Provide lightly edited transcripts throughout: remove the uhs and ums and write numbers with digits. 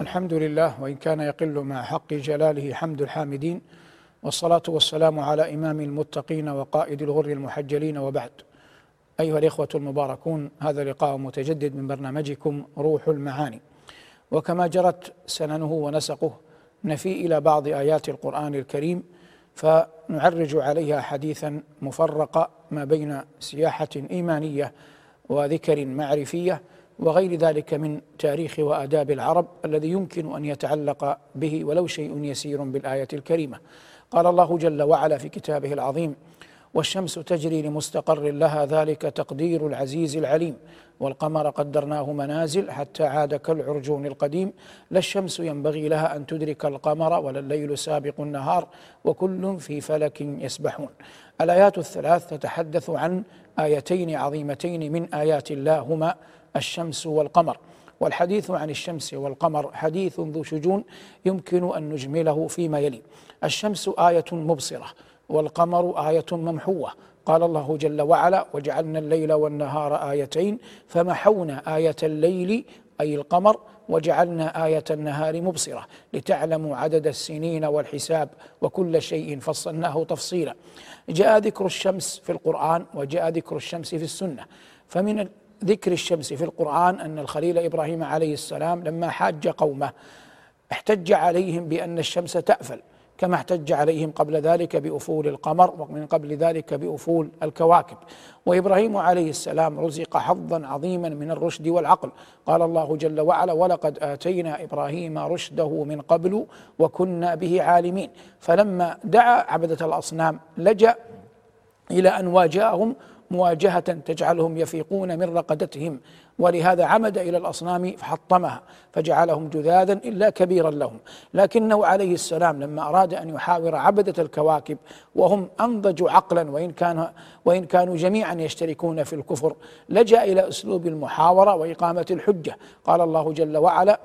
الحمد لله، وإن كان يقل مع حق جلاله حمد الحامدين، والصلاة والسلام على إمام المتقين وقائد الغر المحجلين، وبعد. أيها الإخوة المباركون، هذا لقاء متجدد من برنامجكم روح المعاني، وكما جرت سننه ونسقه نفي إلى بعض آيات القرآن الكريم فنعرج عليها حديثا مفرق ما بين سياحة إيمانية وذكر معرفية وغير ذلك من تاريخ وآداب العرب الذي يمكن أن يتعلق به ولو شيء يسير بالآية الكريمة. قال الله جل وعلا في كتابه العظيم: والشمس تجري لمستقر لها ذلك تقدير العزيز العليم، والقمر قدرناه منازل حتى عاد كالعرجون القديم، لا الشمس ينبغي لها أن تدرك القمر ولا الليل سابق النهار وكل في فلك يسبحون. الآيات الثلاث تتحدث عن آيتين عظيمتين من آيات الله هما الشمس والقمر، والحديث عن الشمس والقمر حديث ذو شجون يمكن أن نجمله فيما يلي. الشمس آية مبصرة، والقمر آية ممحوة. قال الله جل وعلا: وجعلنا الليل والنهار آيتين فمحونا آية الليل أي القمر وجعلنا آية النهار مبصرة لتعلموا عدد السنين والحساب وكل شيء فصلناه تفصيلا. جاء ذكر الشمس في القرآن وجاء ذكر الشمس في السنة. فمن ذكر الشمس في القرآن أن الخليل إبراهيم عليه السلام لما حاج قومه احتج عليهم بأن الشمس تأفل، كما احتج عليهم قبل ذلك بأفول القمر ومن قبل ذلك بأفول الكواكب. وإبراهيم عليه السلام رزق حظا عظيما من الرشد والعقل. قال الله جل وعلا: ولقد آتينا إبراهيم رشده من قبل وكنا به عالمين. فلما دعا عبدة الأصنام لجأ إلى أن واجههم مواجهة تجعلهم يفيقون من رقدتهم، ولهذا عمد إلى الأصنام فحطمها فجعلهم جذاذا إلا كبيرا لهم. لكنه عليه السلام لما أراد أن يحاور عبدة الكواكب وهم أنضج عقلا وإن كانوا جميعا يشتركون في الكفر، لجأ إلى أسلوب المحاورة وإقامة الحجة. قال الله جل وعلا: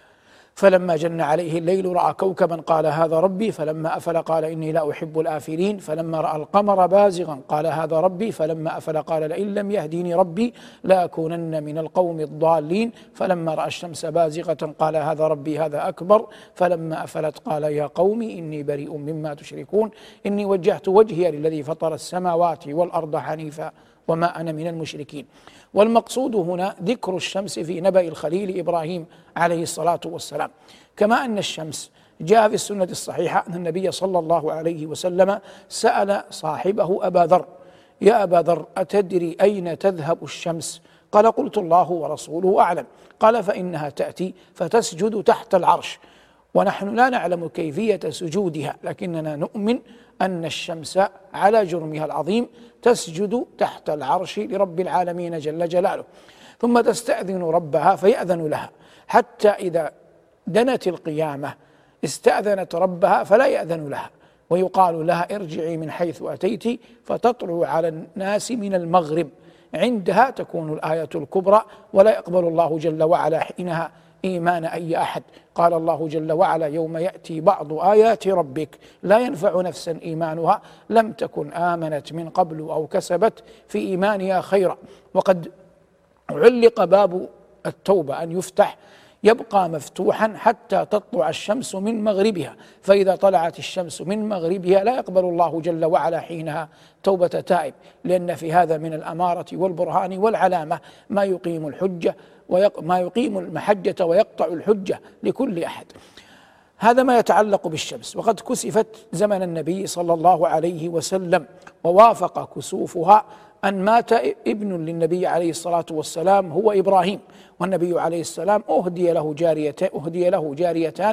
فلما جن عليه الليل رأى كوكبا قال هذا ربي فلما أفل قال إني لا أحب الآفلين، فلما رأى القمر بازغا قال هذا ربي فلما أفل قال لئن لم يهديني ربي لأكونن من القوم الضالين، فلما رأى الشمس بازغة قال هذا ربي هذا أكبر، فلما أفلت قال يا قوم إني بريء مما تشركون إني وجهت وجهي للذي فطر السماوات والأرض حنيفا وما أنا من المشركين. والمقصود هنا ذكر الشمس في نبأ الخليل إبراهيم عليه الصلاة والسلام. كما أن الشمس جاء في السنة الصحيحة أن النبي صلى الله عليه وسلم سأل صاحبه أبا ذر: يا أبا ذر، أتدري أين تذهب الشمس؟ قال: قلت الله ورسوله أعلم. قال: فإنها تأتي فتسجد تحت العرش، ونحن لا نعلم كيفية سجودها، لكننا نؤمن أن الشمس على جرمها العظيم تسجد تحت العرش لرب العالمين جل جلاله، ثم تستأذن ربها فيأذن لها، حتى إذا دنت القيامة استأذنت ربها فلا يأذن لها، ويقال لها: ارجعي من حيث أتيت فتطلع على الناس من المغرب. عندها تكون الآية الكبرى، ولا يقبل الله جل وعلا حينها إيمان أي أحد. قال الله جل وعلا: يوم يأتي بعض آيات ربك لا ينفع نفسا إيمانها لم تكن آمنت من قبل أو كسبت في إيمانها خيرا. وقد علق باب التوبة أن يفتح يبقى مفتوحا حتى تطلع الشمس من مغربها، فإذا طلعت الشمس من مغربها لا يقبل الله جل وعلا حينها توبة تائب، لأن في هذا من الأمارة والبرهان والعلامة ما يقيم الحجة ما يقيم المحجة ويقطع الحجة لكل أحد. هذا ما يتعلق بالشمس. وقد كسفت زمن النبي صلى الله عليه وسلم، ووافق كسوفها أن مات ابن للنبي عليه الصلاة والسلام هو إبراهيم، والنبي عليه السلام أهدي له جاريتان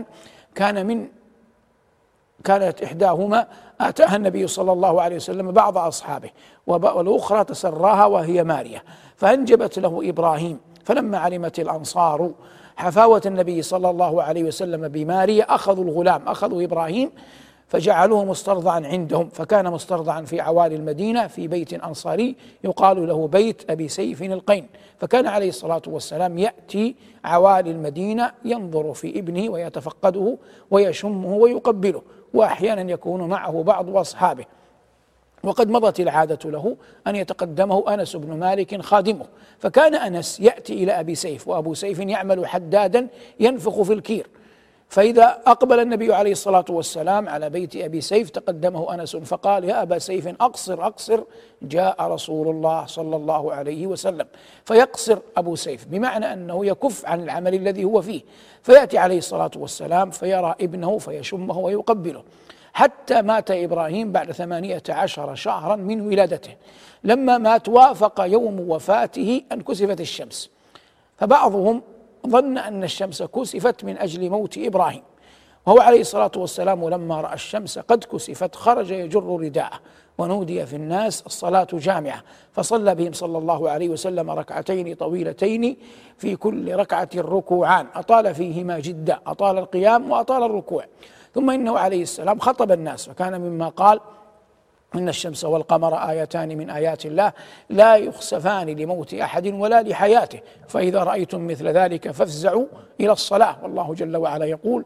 كانت إحداهما آتاها النبي صلى الله عليه وسلم بعض أصحابه، والأخرى تسراها وهي مارية، فأنجبت له إبراهيم. فلما علمت الأنصار حفاوة النبي صلى الله عليه وسلم بمارية أخذوا الغلام، أخذوا إبراهيم فجعلوه مسترضعا عندهم، فكان مسترضعا في عوالي المدينة في بيت أنصاري يقال له بيت أبي سيف القين. فكان عليه الصلاة والسلام يأتي عوالي المدينة ينظر في ابنه ويتفقده ويشمه ويقبله، وأحيانا يكون معه بعض أصحابه. وقد مضت العادة له أن يتقدمه أنس بن مالك خادمه، فكان أنس يأتي إلى أبي سيف، وأبو سيف يعمل حدادا ينفخ في الكير، فإذا أقبل النبي عليه الصلاة والسلام على بيت أبي سيف تقدمه أنس فقال: يا أبا سيف أقصر أقصر، جاء رسول الله صلى الله عليه وسلم. فيقصر أبو سيف بمعنى أنه يكف عن العمل الذي هو فيه، فيأتي عليه الصلاة والسلام فيرى ابنه فيشمه ويقبله، حتى مات إبراهيم بعد 18 شهرا من ولادته. لما مات وافق يوم وفاته أن كسفت الشمس، فبعضهم ظن أن الشمس كسفت من أجل موت إبراهيم، وهو عليه الصلاة والسلام لما رأى الشمس قد كسفت خرج يجر رداءه، ونودي في الناس الصلاة جامعة، فصلى بهم صلى الله عليه وسلم ركعتين طويلتين في كل ركعة ركوعان أطال فيهما جدا، أطال القيام وأطال الركوع. ثم إنه عليه السلام خطب الناس، فكان مما قال: إن الشمس والقمر آيتان من آيات الله لا يخسفان لموت أحد ولا لحياته، فإذا رأيتم مثل ذلك فافزعوا إلى الصلاة. والله جل وعلا يقول: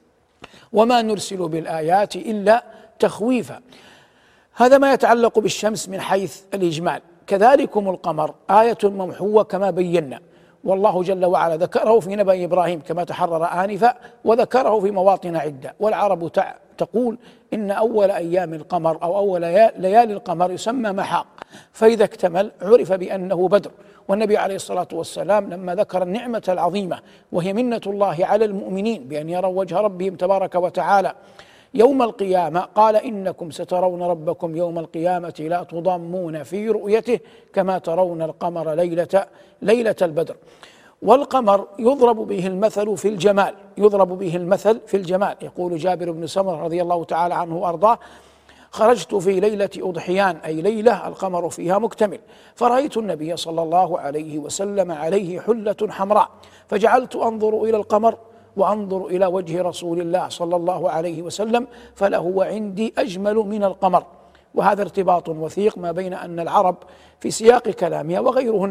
وما نرسل بالآيات إلا تخويفا. هذا ما يتعلق بالشمس من حيث الإجمال. كذلكم القمر آية ممحوة كما بينا، والله جل وعلا ذكره في نبأ إبراهيم كما تحرر آنفا، وذكره في مواطن عدة. والعرب تقول إن أول أيام القمر أو أول ليالي القمر يسمى محاق، فإذا اكتمل عرف بأنه بدر. والنبي عليه الصلاة والسلام لما ذكر النعمة العظيمة وهي منة الله على المؤمنين بأن يروا وجه ربهم تبارك وتعالى يوم القيامة، قال: إنكم سترون ربكم يوم القيامة لا تضامون في رؤيته كما ترون القمر ليلة البدر. والقمر يضرب به المثل في الجمال، يضرب به المثل في الجمال. يقول جابر بن سمرة رضي الله تعالى عنه وأرضاه: خرجت في ليلة أضحيان، أي ليلة القمر فيها مكتمل، فرأيت النبي صلى الله عليه وسلم عليه حلة حمراء، فجعلت أنظر إلى القمر وأنظر إلى وجه رسول الله صلى الله عليه وسلم، فلهو عندي أجمل من القمر. وهذا ارتباط وثيق ما بين أن العرب في سياق كلامها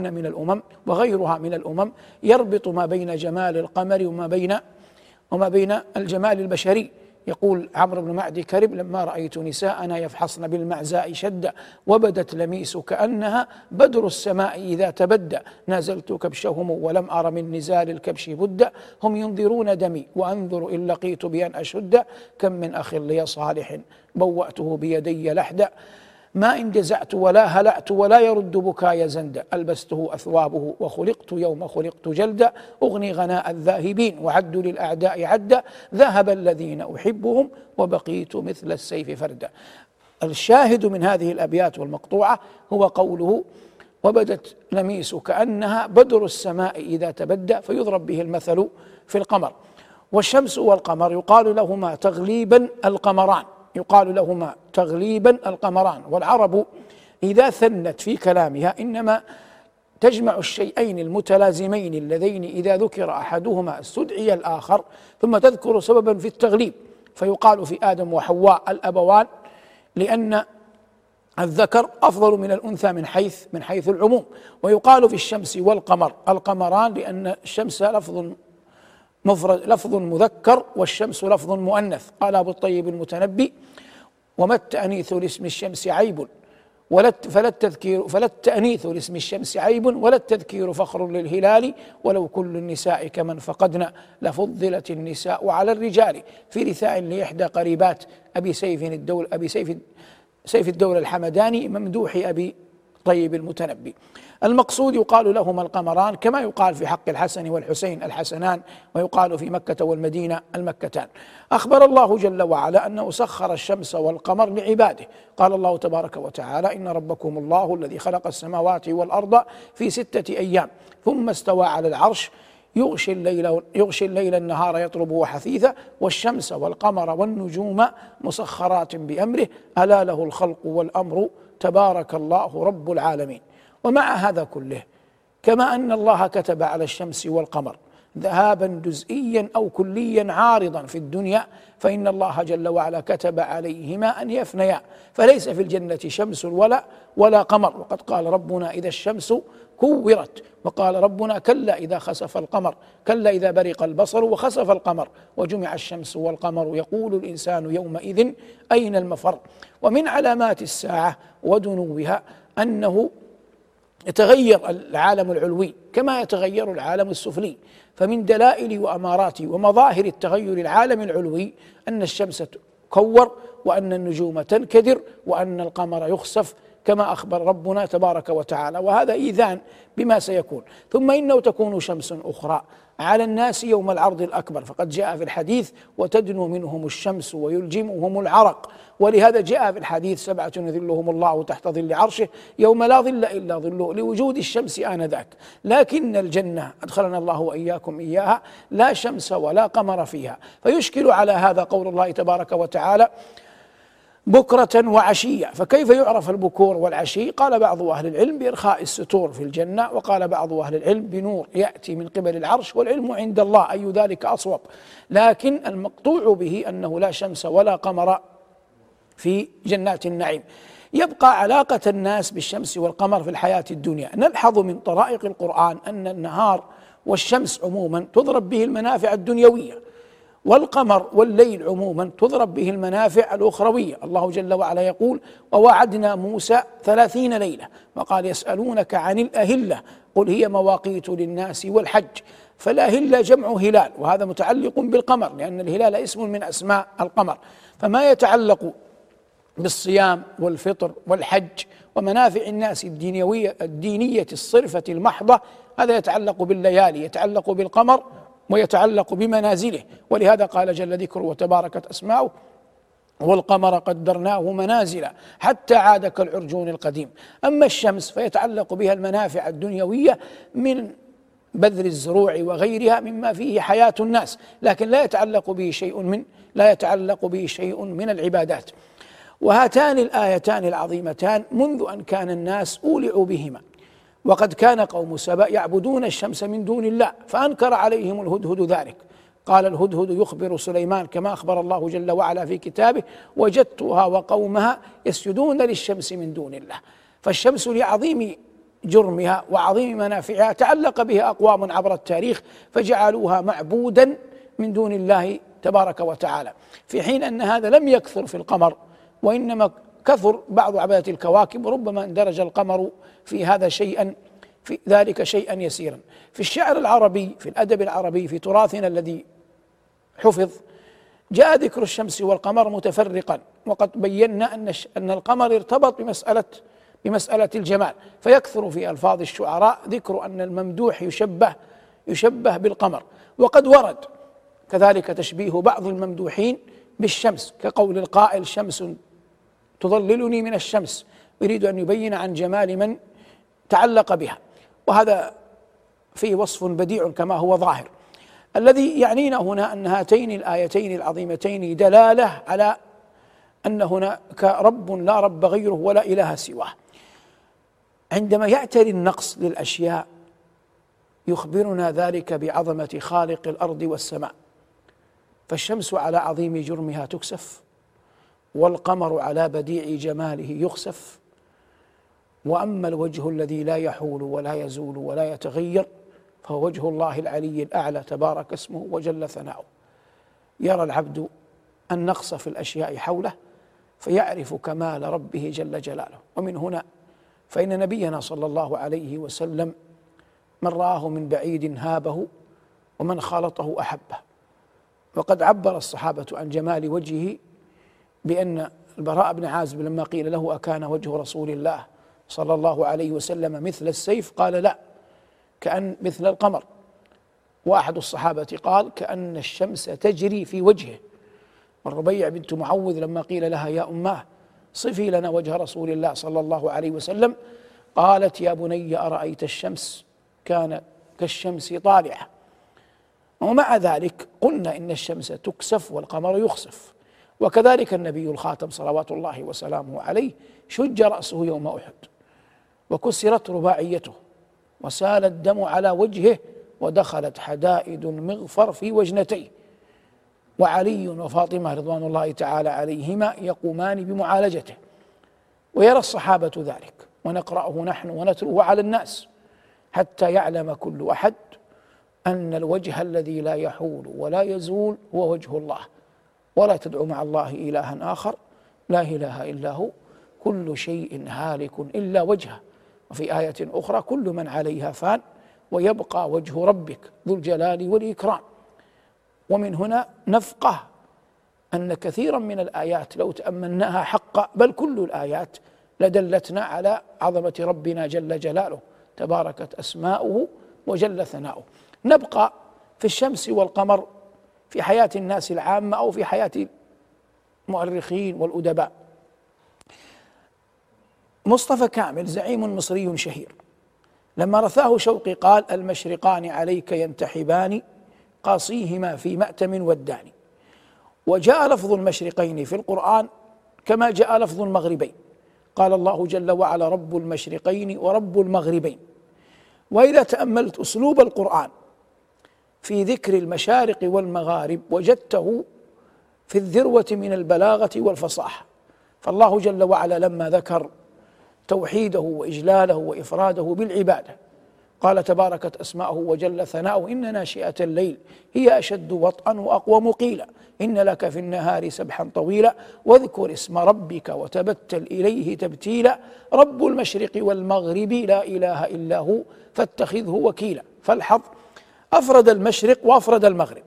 وغيرها من الأمم يربط ما بين جمال القمر وما بين الجمال البشري. يقول عمرو بن معدي كرب: لما رأيت نساءنا يفحصن بالمعزاء شدة وبدت لميس كأنها بدر السماء إذا تبدى، نازلت كبشهم ولم أر من نزال الكبش بد، هم ينذرون دمي وأنذر إن لقيت بأن أشد، كم من أخ لي صالح بوأته بيدي لحدا، ما إن جزعت ولا هلعت ولا يرد بكاي زند، ألبسته أثوابه وخلقت يوم خلقت جلدا، أغني غناء الذاهبين وعد للأعداء عدا، ذهب الذين أحبهم وبقيت مثل السيف فردا. الشاهد من هذه الأبيات والمقطوعة هو قوله: وبدت لميس كأنها بدر السماء إذا تبدى، فيضرب به المثل في القمر. والشمس والقمر يقال لهما تغليبا القمران، يقال لهما تغليبا القمران. والعرب إذا ثنت في كلامها إنما تجمع الشيئين المتلازمين اللذين إذا ذكر أحدهما استدعي الآخر، ثم تذكر سببا في التغليب، فيقال في آدم وحواء الأبوان لأن الذكر أفضل من الأنثى من حيث العموم. ويقال في الشمس والقمر القمران لأن الشمس لفظ مذكر والشمس لفظ مؤنث. قال أبو الطيب المتنبي: وما التأنيث لاسم الشمس عيب فلا التأنيث لاسم الشمس عيب ولا التذكير فخر للهلال، ولو كل النساء كمن فقدنا لفضلت النساء على الرجال، في رثاء لإحدى قريبات أبي سيف الدولة الحمداني ممدوح أبي طيب المتنبي. المقصود يقال لهما القمران كما يقال في حق الحسن والحسين الحسنان، ويقال في مكة والمدينة المكتان. أخبر الله جل وعلا أنه سخر الشمس والقمر لعباده. قال الله تبارك وتعالى: إن ربكم الله الذي خلق السماوات والأرض في 6 أيام ثم استوى على العرش يغشي الليل النهار يطلبه حثيثا، والشمس والقمر والنجوم مسخرات بأمره ألا له الخلق والأمر تبارك الله رب العالمين. ومع هذا كله، كما أن الله كتب على الشمس والقمر ذهابا جزئيا أو كليا عارضا في الدنيا، فإن الله جل وعلا كتب عليهما أن يفنيا، فليس في الجنة شمس ولا قمر. وقد قال ربنا: إذا الشمس كورت، وقال ربنا: كلا إذا خسف القمر، كلا إذا برق البصر وخسف القمر وجمع الشمس والقمر يقول الإنسان يومئذ أين المفر. ومن علامات الساعة ودنوها أنه يتغير العالم العلوي كما يتغير العالم السفلي. فمن دلائل وأمارات ومظاهر التغير العالم العلوي أن الشمس تكور، وأن النجوم تنكدر، وأن القمر يخسف كما أخبر ربنا تبارك وتعالى، وهذا إيذان بما سيكون. ثم إنه تكون شمس أخرى على الناس يوم العرض الأكبر، فقد جاء في الحديث: وتدنو منهم الشمس ويلجمهم العرق. ولهذا جاء في الحديث: 7 يظلهم الله تحت ظل عرشه يوم لا ظل إلا ظله، لوجود الشمس آنذاك. لكن الجنة أدخلنا الله وإياكم إياها لا شمس ولا قمر فيها. فيشكل على هذا قول الله تبارك وتعالى: بكرة وعشية. فكيف يعرف البكور والعشي؟ قال بعض أهل العلم بإرخاء الستور في الجنة، وقال بعض أهل العلم بنور يأتي من قبل العرش، والعلم عند الله أي ذلك أصوب. لكن المقطوع به أنه لا شمس ولا قمر في جنات النعيم. يبقى علاقة الناس بالشمس والقمر في الحياة الدنيا. نلحظ من طرائق القرآن أن النهار والشمس عموما تضرب به المنافع الدنيوية، والقمر والليل عموما تضرب به المنافع الأخروية. الله جل وعلا يقول: ووعدنا موسى 30 ليلة، وقال: يسألونك عن الأهلة قل هي مواقيت للناس والحج. فالأهلة جمع هلال، وهذا متعلق بالقمر لأن الهلال اسم من أسماء القمر. فما يتعلق بالصيام والفطر والحج ومنافع الناس الدينية الصرفة المحضة، هذا يتعلق بالليالي، يتعلق بالقمر ويتعلق بمنازله. ولهذا قال جل ذكره وتباركت أسماؤه: والقمر قدرناه منازل حتى عاد كالعرجون القديم. أما الشمس فيتعلق بها المنافع الدنيوية من بذر الزروع وغيرها مما فيه حياة الناس، لكن لا يتعلق به شيء من العبادات. وهاتان الآيتان العظيمتان منذ أن كان الناس أولعوا بهما، وقد كان قوم سبأ يعبدون الشمس من دون الله، فأنكر عليهم الهدهد ذلك. قال الهدهد يخبر سليمان كما أخبر الله جل وعلا في كتابه: وجدتها وقومها يسجدون للشمس من دون الله. فالشمس لعظيم جرمها وعظيم منافعها تعلق بها أقوام عبر التاريخ، فجعلوها معبودا من دون الله تبارك وتعالى، في حين أن هذا لم يكثر في القمر، وإنما كثر بعض عبادة الكواكب، وربما اندرج القمر في هذا شيئا، في ذلك شيئا يسيرا. في الشعر العربي، في الأدب العربي، في تراثنا الذي حفظ، جاء ذكر الشمس والقمر متفرقا، وقد بينا أن القمر ارتبط بمسألة الجمال، فيكثر في ألفاظ الشعراء ذكر أن الممدوح يشبه بالقمر. وقد ورد كذلك تشبيه بعض الممدوحين بالشمس، كقول القائل: شمس تظللني من الشمس، يريد أن يبين عن جمال من تعلق بها. وهذا فيه وصف بديع كما هو ظاهر. الذي يعنينا هنا أن هاتين الآيتين العظيمتين دلالة على أن هناك رب لا رب غيره ولا إله سواه. عندما يعتري النقص للأشياء يخبرنا ذلك بعظمة خالق الأرض والسماء. فالشمس على عظيم جرمها تكسف، والقمر على بديع جماله يخسف. وأما الوجه الذي لا يحول ولا يزول ولا يتغير فهو وجه الله العلي الأعلى تبارك اسمه وجل ثناؤه. يرى العبد النقص في الأشياء حوله فيعرف كمال ربه جل جلاله. ومن هنا فإن نبينا صلى الله عليه وسلم من رآه من بعيد هابه، ومن خالطه أحبه. وقد عبر الصحابة عن جمال وجهه بأن البراء بن عازب لما قيل له: أكان وجه رسول الله صلى الله عليه وسلم مثل السيف؟ قال: لا، كأن مثل القمر. وأحد الصحابة قال: كأن الشمس تجري في وجهه. والربيع بنت معوذ لما قيل لها: يا أماه صفي لنا وجه رسول الله صلى الله عليه وسلم، قالت: يا بني أرأيت الشمس كان كالشمس طالعة. ومع ذلك قلنا إن الشمس تكسف والقمر يخسف. وكذلك النبي الخاتم صلوات الله وسلامه عليه شج رأسه يوم أحد، وكسرت رباعيته، وسال الدم على وجهه، ودخلت حدائد مغفر في وجنتيه. وعلي وفاطمة رضوان الله تعالى عليهما يقومان بمعالجته. ويرى الصحابة ذلك، ونقرأه نحن ونتلوه على الناس، حتى يعلم كل أحد أن الوجه الذي لا يحول ولا يزول هو وجه الله. ولا تدعو مع الله إلها آخر، لا إله إلا هو، كل شيء هالك إلا وجهه، وفي آية أخرى كل من عليها فان ويبقى وجه ربك ذو الجلال والإكرام. ومن هنا نفقه أن كثيرا من الآيات لو تأملناها حقا، بل كل الآيات لدلتنا على عظمة ربنا جل جلاله، تباركت أسماؤه وجل ثناؤه. نبقى في الشمس والقمر في حياة الناس العامة أو في حياة المؤرخين والأدباء. مصطفى كامل زعيم مصري شهير لما رثاه شوقي قال: المشرقان عليك ينتحبان قاصيهما في مأتم ودان. وجاء لفظ المشرقين في القرآن كما جاء لفظ المغربين، قال الله جل وعلا: رب المشرقين ورب المغربين. وإذا تأملت أسلوب القرآن في ذكر المشارق والمغارب وجدته في الذروة من البلاغة والفصاحة. فالله جل وعلا لما ذكر توحيده وإجلاله وإفراده بالعبادة قال: تباركت أسماؤه وجل ثناؤه إن ناشئة الليل هي أشد وطئا وأقوم قيلا إن لك في النهار سبحا طويلا واذكر اسم ربك وتبتل إليه تبتيلا رب المشرق والمغرب لا إله إلا هو فاتخذه وكيلا. فالحظ أفرد المشرق وأفرد المغرب،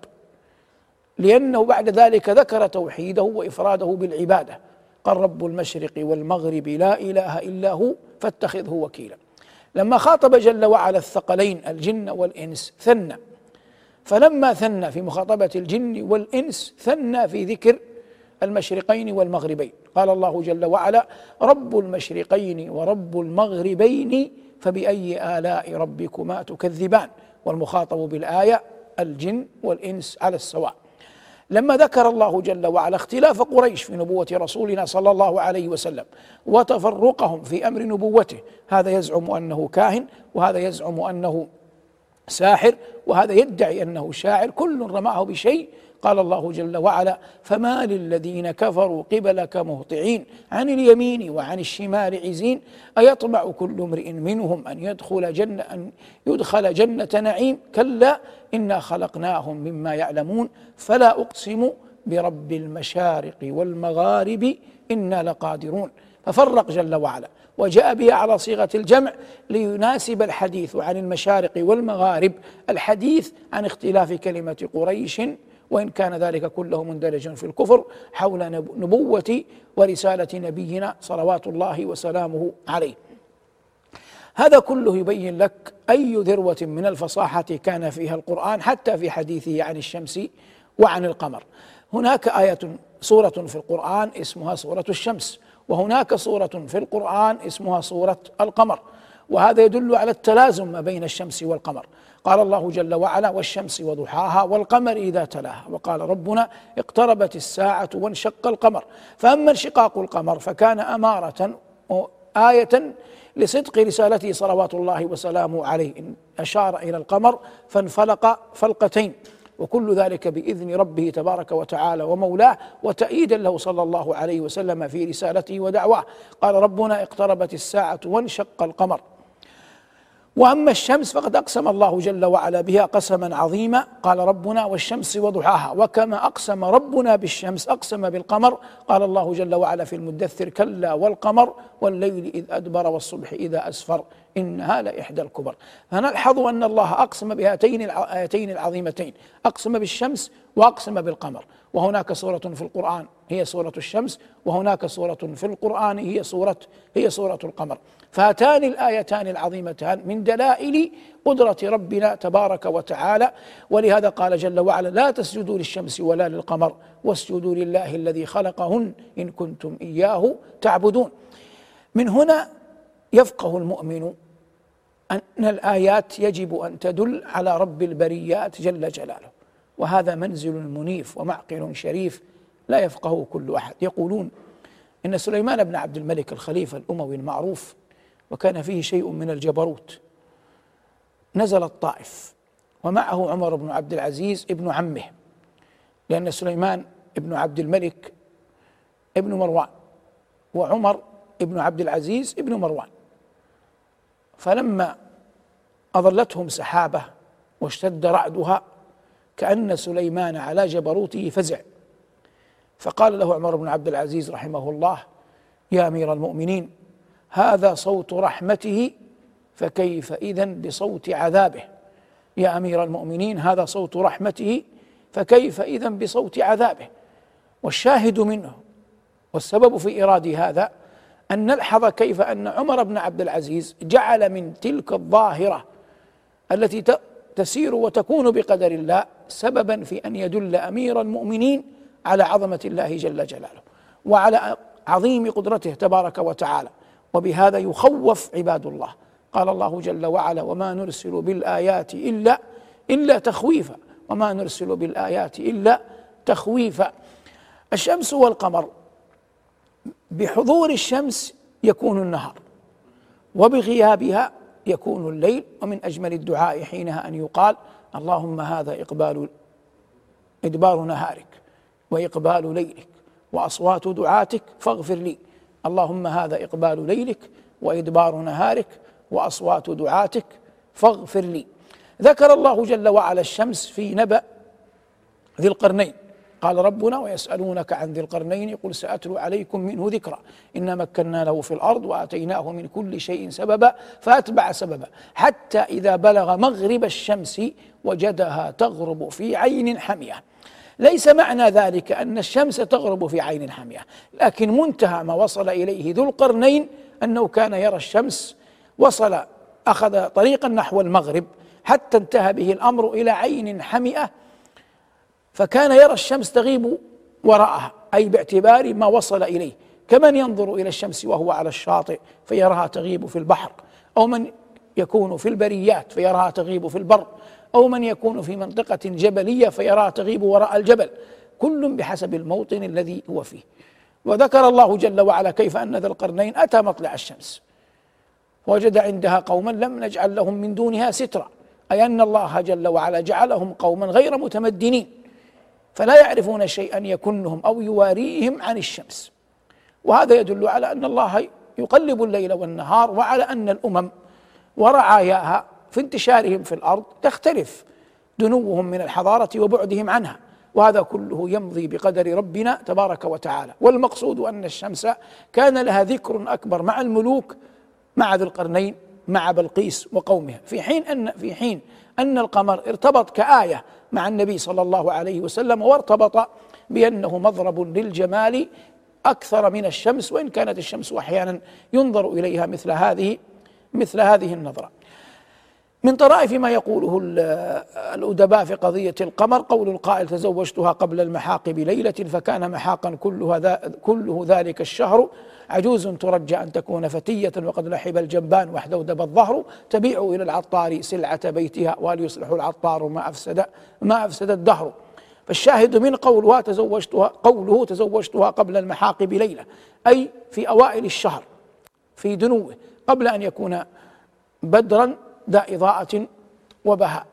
لأنه بعد ذلك ذكر توحيده وإفراده بالعبادة، قال: رب المشرق والمغرب لا إله إلا هو فاتخذه وكيلا. لما خاطب جل وعلا الثقلين الجن والإنس ثنى، فلما ثنى في مخاطبة الجن والإنس ثنى في ذكر المشرقين والمغربين. قال الله جل وعلا: رب المشرقين ورب المغربين فبأي آلاء ربكما تكذبان. والمخاطب بالآية الجن والإنس على السواء. لما ذكر الله جل وعلا اختلاف قريش في نبوة رسولنا صلى الله عليه وسلم وتفرقهم في أمر نبوته، هذا يزعم أنه كاهن، وهذا يزعم أنه ساحر، وهذا يدعي أنه شاعر، كل رماه بشيء. قال الله جل وعلا: فما للذين كفروا قبلك مهطعين عن اليمين وعن الشمال عزين أيطمع كل امرئ منهم أن يدخل جنة نعيم كلا إنا خلقناهم مما يعلمون فلا أقسم برب المشارق والمغارب إنا لقادرون. ففرق جل وعلا وجاء بها على صيغة الجمع ليناسب الحديث عن المشارق والمغارب الحديث عن اختلاف كلمة قريش، وإن كان ذلك كله مندرجا في الكفر حول نبوة ورسالة نبينا صلوات الله وسلامه عليه. هذا كله يبين لك أي ذروة من الفصاحة كان فيها القرآن حتى في حديثه عن الشمس وعن القمر. هناك سورة في القرآن اسمها سورة الشمس، وهناك سورة في القرآن اسمها سورة القمر، وهذا يدل على التلازم ما بين الشمس والقمر. قال الله جل وعلا: والشمس وضحاها والقمر إذا تلاها، وقال ربنا: اقتربت الساعة وانشق القمر. فأما انشقاق القمر فكان أمارة آية لصدق رسالته صلوات الله وسلامه عليه، أشار إلى القمر فانفلق فلقتين، وكل ذلك بإذن ربه تبارك وتعالى ومولاه، وتأييدا له صلى الله عليه وسلم في رسالته ودعواه. قال ربنا: اقتربت الساعة وانشق القمر. وأما الشمس فقد أقسم الله جل وعلا بها قسما عظيما، قال ربنا: والشمس وضحاها. وكما أقسم ربنا بالشمس أقسم بالقمر، قال الله جل وعلا في المدثر: كلا والقمر والليل إذ أدبر والصبح إذا أسفر إنها لإحدى الكبر. فنلحظ أن الله أقسم بهاتين الآيتين العظيمتين، أقسم بالشمس وأقسم بالقمر. وهناك سورة في القرآن هي سورة الشمس، وهناك سورة في القرآن هي سورة القمر. فهاتان الآيتان العظيمتان من دلائل قدرة ربنا تبارك وتعالى. ولهذا قال جل وعلا: لا تسجدوا للشمس ولا للقمر واسجدوا لله الذي خلقهن إن كنتم إياه تعبدون. من هنا يفقه المؤمن أن الآيات يجب أن تدل على رب البريات جل جلاله، وهذا منزل منيف ومعقل شريف لا يفقهه كل أحد. يقولون إن سليمان بن عبد الملك الخليفة الأموي المعروف وكان فيه شيء من الجبروت نزل الطائف، ومعه عمر بن عبد العزيز ابن عمه، لأن سليمان ابن عبد الملك ابن مروان وعمر ابن عبد العزيز ابن مروان. فلما أظلتهم سحابة واشتد رعدها كأن سليمان على جبروته فزع، فقال له عمر بن عبد العزيز رحمه الله: يا أمير المؤمنين، هذا صوت رحمته فكيف إذن بصوت عذابه؟ يا أمير المؤمنين، هذا صوت رحمته، فكيف إذن بصوت عذابه؟ والشاهد منه والسبب في إيراد هذا أن نلحظ كيف أن عمر بن عبد العزيز جعل من تلك الظاهرة التي تسير وتكون بقدر الله سببا في أن يدل أمير المؤمنين على عظمة الله جل جلاله وعلى عظيم قدرته تبارك وتعالى، وبهذا يخوف عباد الله. قال الله جل وعلا: وما نرسل بالآيات إلا تخويفا، وما نرسل بالآيات إلا تخويفا. الشمس والقمر بحضور الشمس يكون النهار، وبغيابها يكون الليل. ومن أجمل الدعاء حينها أن يقال: اللهم هذا إدبار نهارك وإقبال ليلك وأصوات دعاتك فاغفر لي. اللهم هذا إقبال ليلك وإدبار نهارك وأصوات دعاتك فاغفر لي. ذكر الله جل وعلا الشمس في نبأ ذي القرنين. قال ربنا: ويسألونك عن ذي القرنين قل سأتلو عليكم منه ذكرا إنا مكنا له في الأرض وآتيناه من كل شيء سببا فأتبع سببا حتى إذا بلغ مغرب الشمس وجدها تغرب في عين حمية. ليس معنى ذلك أن الشمس تغرب في عين حمية، لكن منتهى ما وصل إليه ذو القرنين أنه كان يرى الشمس، أخذ طريقا نحو المغرب حتى انتهى به الأمر إلى عين حمئة، فكان يرى الشمس تغيب وراءها، أي باعتبار ما وصل إليه، كمن ينظر إلى الشمس وهو على الشاطئ فيراها تغيب في البحر، أو من يكون في البريات فيراها تغيب في البر، أو من يكون في منطقة جبلية فيراها تغيب وراء الجبل، كل بحسب الموطن الذي هو فيه. وذكر الله جل وعلا كيف أن ذا القرنين أتى مطلع الشمس وجد عندها قوما لم نجعل لهم من دونها سترا، أي أن الله جل وعلا جعلهم قوما غير متمدنين فلا يعرفون شيئا يكنهم أو يواريهم عن الشمس. وهذا يدل على أن الله يقلب الليل والنهار، وعلى أن الأمم ورعاياها في انتشارهم في الأرض تختلف دنوهم من الحضارة وبعدهم عنها، وهذا كله يمضي بقدر ربنا تبارك وتعالى. والمقصود أن الشمس كان لها ذكر أكبر مع الملوك، مع ذي القرنين، مع بلقيس وقومها، في حين أن القمر ارتبط كآية مع النبي صلى الله عليه وسلم، وارتبط بأنه مضرب للجمال أكثر من الشمس، وإن كانت الشمس أحيانا ينظر إليها مثل هذه النظرة. من طرائف ما يقوله الأدباء في قضية القمر قول القائل: تزوجتها قبل المحاق بليلة فكان محاقا كله ذلك الشهر، عجوز ترجى أن تكون فتية وقد لحب الجنبان واحدودب الظهر، تبيع إلى العطار سلعة بيتها وهل يصلح العطار ما أفسد الدهر. فالشاهد من قوله تزوجتها قبل المحاق بليلة، أي في أوائل الشهر في دنوه قبل أن يكون بدرا ذا إضاءة وبهاء.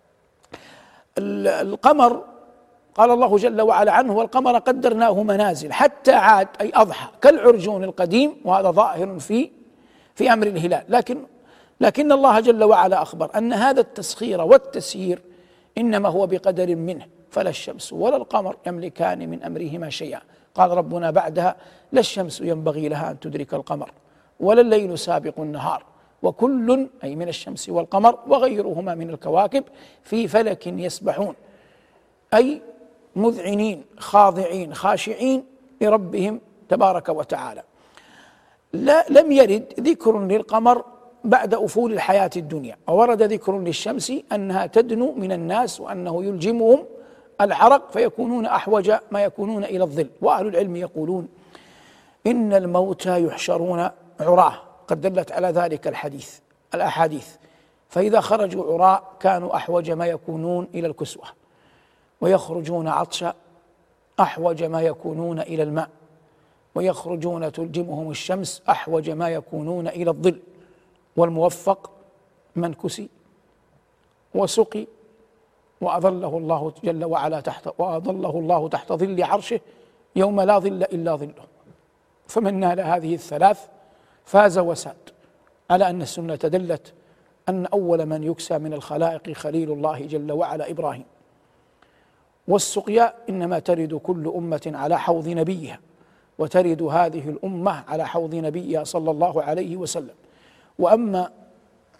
القمر قال الله جل وعلا عنه: والقمر قدرناه منازل حتى عاد، أي أضحى كالعرجون القديم، وهذا ظاهر في أمر الهلال. لكن الله جل وعلا أخبر أن هذا التسخير والتسيير إنما هو بقدر منه، فلا الشمس ولا القمر يملكان من أمرهما شيئا. قال ربنا بعدها: لا الشمس ينبغي لها أن تدرك القمر ولا الليل سابق النهار وكل، أي من الشمس والقمر وغيرهما من الكواكب، في فلك يسبحون، أي مذعنين خاضعين خاشعين لربهم تبارك وتعالى. لم يرد ذكر للقمر بعد أفول الحياة الدنيا، وورد ذكر للشمس أنها تدنو من الناس وأنه يلجمهم العرق فيكونون أحوج ما يكونون إلى الظل. وأهل العلم يقولون إن الموتى يحشرون عراه، قد دلت على ذلك الأحاديث، فإذا خرجوا عراء كانوا أحوج ما يكونون إلى الكسوة، ويخرجون عطشا أحوج ما يكونون إلى الماء، ويخرجون تلجمهم الشمس أحوج ما يكونون إلى الظل. والموفق من كسي وسقي وأظله الله جل وعلا تحت ظل عرشه يوم لا ظل إلا ظله. فمن نال هذه الثلاث فاز وساد، على أن السنة دلت أن أول من يكسى من الخلائق خليل الله جل وعلا إبراهيم. والسقيا إنما ترد كل أمة على حوض نبيها، وترد هذه الأمة على حوض نبيها صلى الله عليه وسلم. وأما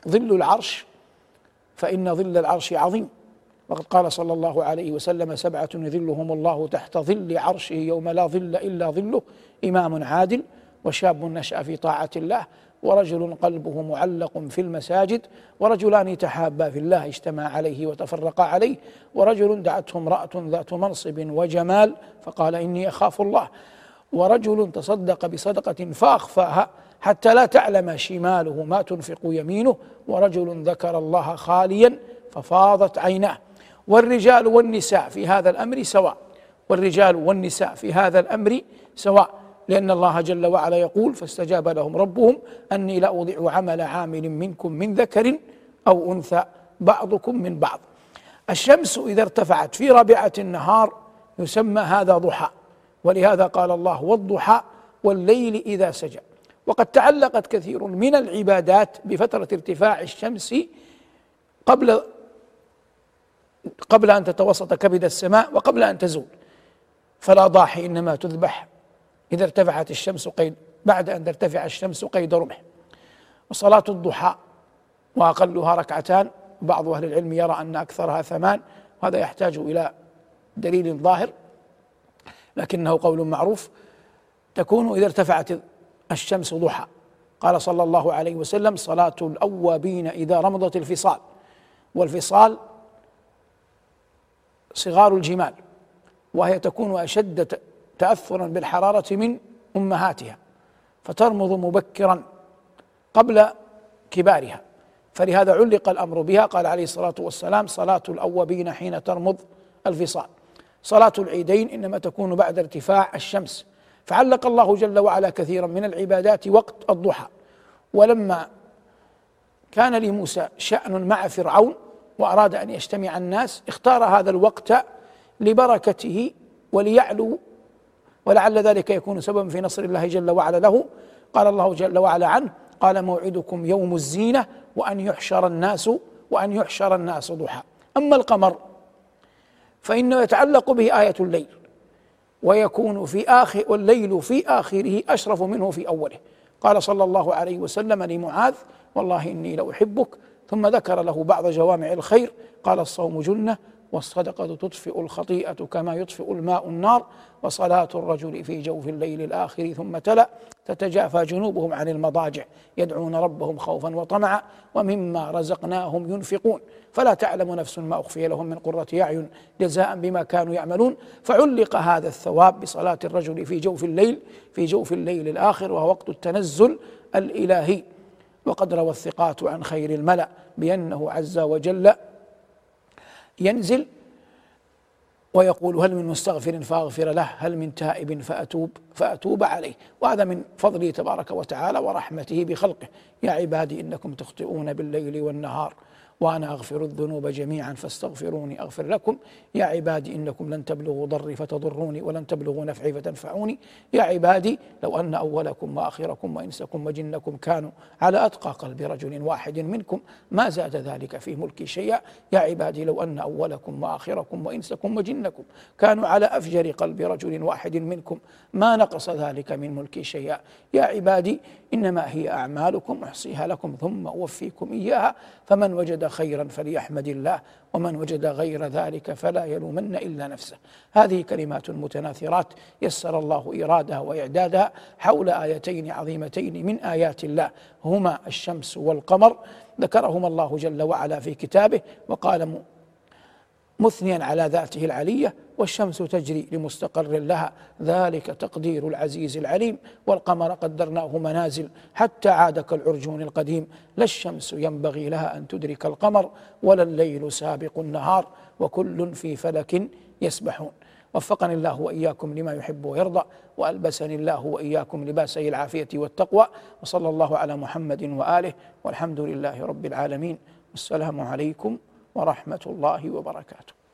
ظل العرش فإن ظل العرش عظيم، وقد قال صلى الله عليه وسلم: 7 يظلهم الله تحت ظل عرشه يوم لا ظل إلا ظله: إمام عادل، وشاب نشأ في طاعة الله، ورجل قلبه معلق في المساجد، ورجلان تحابا في الله اجتمعا عليه وتفرقا عليه، ورجل دعته امرأة ذات منصب وجمال فقال: إني أخاف الله، ورجل تصدق بصدقة فأخفاها حتى لا تعلم شماله ما تنفق يمينه، ورجل ذكر الله خاليا ففاضت عيناه. والرجال والنساء في هذا الأمر سواء، والرجال والنساء في هذا الأمر سواء، لأن الله جل وعلا يقول: فاستجاب لهم ربهم أني لا أضيع عمل عامل منكم من ذكر أو أنثى بعضكم من بعض. الشمس إذا ارتفعت في رابعة النهار يسمى هذا ضحى، ولهذا قال الله: والضحى والليل إذا سجى. وقد تعلقت كثير من العبادات بفترة ارتفاع الشمس قبل أن تتوسط كبد السماء وقبل أن تزول، فالأضاحي إنما تذبح إذا ارتفعت الشمس بعد أن ترتفع الشمس قيد رمح. وصلاة الضحى وأقلها 2، بعض أهل العلم يرى أن أكثرها 8، وهذا يحتاج إلى دليل ظاهر، لكنه قول معروف. تكون إذا ارتفعت الشمس ضحى. قال صلى الله عليه وسلم: صلاة الأوابين إذا رمضت الفصال. والفصال صغار الجمال، وهي تكون أشد تأثرا بالحرارة من أمهاتها، فترمض مبكرا قبل كبارها، فلهذا علق الأمر بها. قال عليه الصلاة والسلام: صلاة الأوابين حين ترمض الفصال. صلاة العيدين إنما تكون بعد ارتفاع الشمس، فعلق الله جل وعلا كثيرا من العبادات وقت الضحى. ولما كان لموسى شأن مع فرعون وأراد أن يجتمع الناس، اختار هذا الوقت لبركته وليعلو، ولعل ذلك يكون سببا في نصر الله جل وعلا له. قال الله جل وعلا عنه: قال: موعدكم يوم الزينة وأن يحشر الناس ضحى. أما القمر فإنه يتعلق به آية الليل، ويكون والليل في آخره أشرف منه في أوله. قال صلى الله عليه وسلم لمعاذ: والله إني لأحبك، ثم ذكر له بعض جوامع الخير. قال: الصوم جنة، والصدقة تطفئ الخطيئة كما يطفئ الماء النار، وصلاة الرجل في جوف الليل الآخر. ثم تلا: تتجافى جنوبهم عن المضاجع يدعون ربهم خوفا وطمعا ومما رزقناهم ينفقون، فلا تعلم نفس ما أخفي لهم من قرة أعين جزاء بما كانوا يعملون. فعلق هذا الثواب بصلاة الرجل في جوف الليل الآخر، وهو وقت التنزل الإلهي. وقد روى الثقات عن خير الملأ بأنه عز وجل ينزل ويقول: هل من مستغفر فأغفر له، هل من تائب فأتوب عليه. وهذا من فضله تبارك وتعالى ورحمته بخلقه: يا عبادي إنكم تخطئون بالليل والنهار وأنا أغفر الذنوب جميعا فاستغفروني أغفر لكم. يا عبادي إنكم لن تبلغوا ضري فتضروني ولن تبلغوا نفعي فتنفعوني. يا عبادي لو أن أولكم وآخركم وإنسكم وجنكم كانوا على أتقى قلب رجل واحد منكم ما زاد ذلك في ملكي شيئا. يا عبادي لو أن أولكم وآخركم وإنسكم وجنكم كانوا على أفجر قلب رجل واحد منكم ما نقص ذلك من ملكي شيئا. يا عبادي إنما هي أعمالكم أحصيها لكم ثم أوفيكم إياها، فمن وجد خيرا فليحمد الله ومن وجد غير ذلك فلا يلومن إلا نفسه. هذه كلمات متناثرات يسر الله إيرادها وإعدادها حول آيتين عظيمتين من آيات الله، هما الشمس والقمر، ذكرهما الله جل وعلا في كتابه وقال مثنيا على ذاته العلية: والشمس تجري لمستقر لها ذلك تقدير العزيز العليم، والقمر قدرناه منازل حتى عاد كالعرجون القديم، لا الشمس ينبغي لها أن تدرك القمر ولا الليل سابق النهار وكل في فلك يسبحون. وفقني الله وإياكم لما يحب ويرضى، وألبسني الله وإياكم لباسي العافية والتقوى، وصلى الله على محمد وآله، والحمد لله رب العالمين، والسلام عليكم ورحمة الله وبركاته.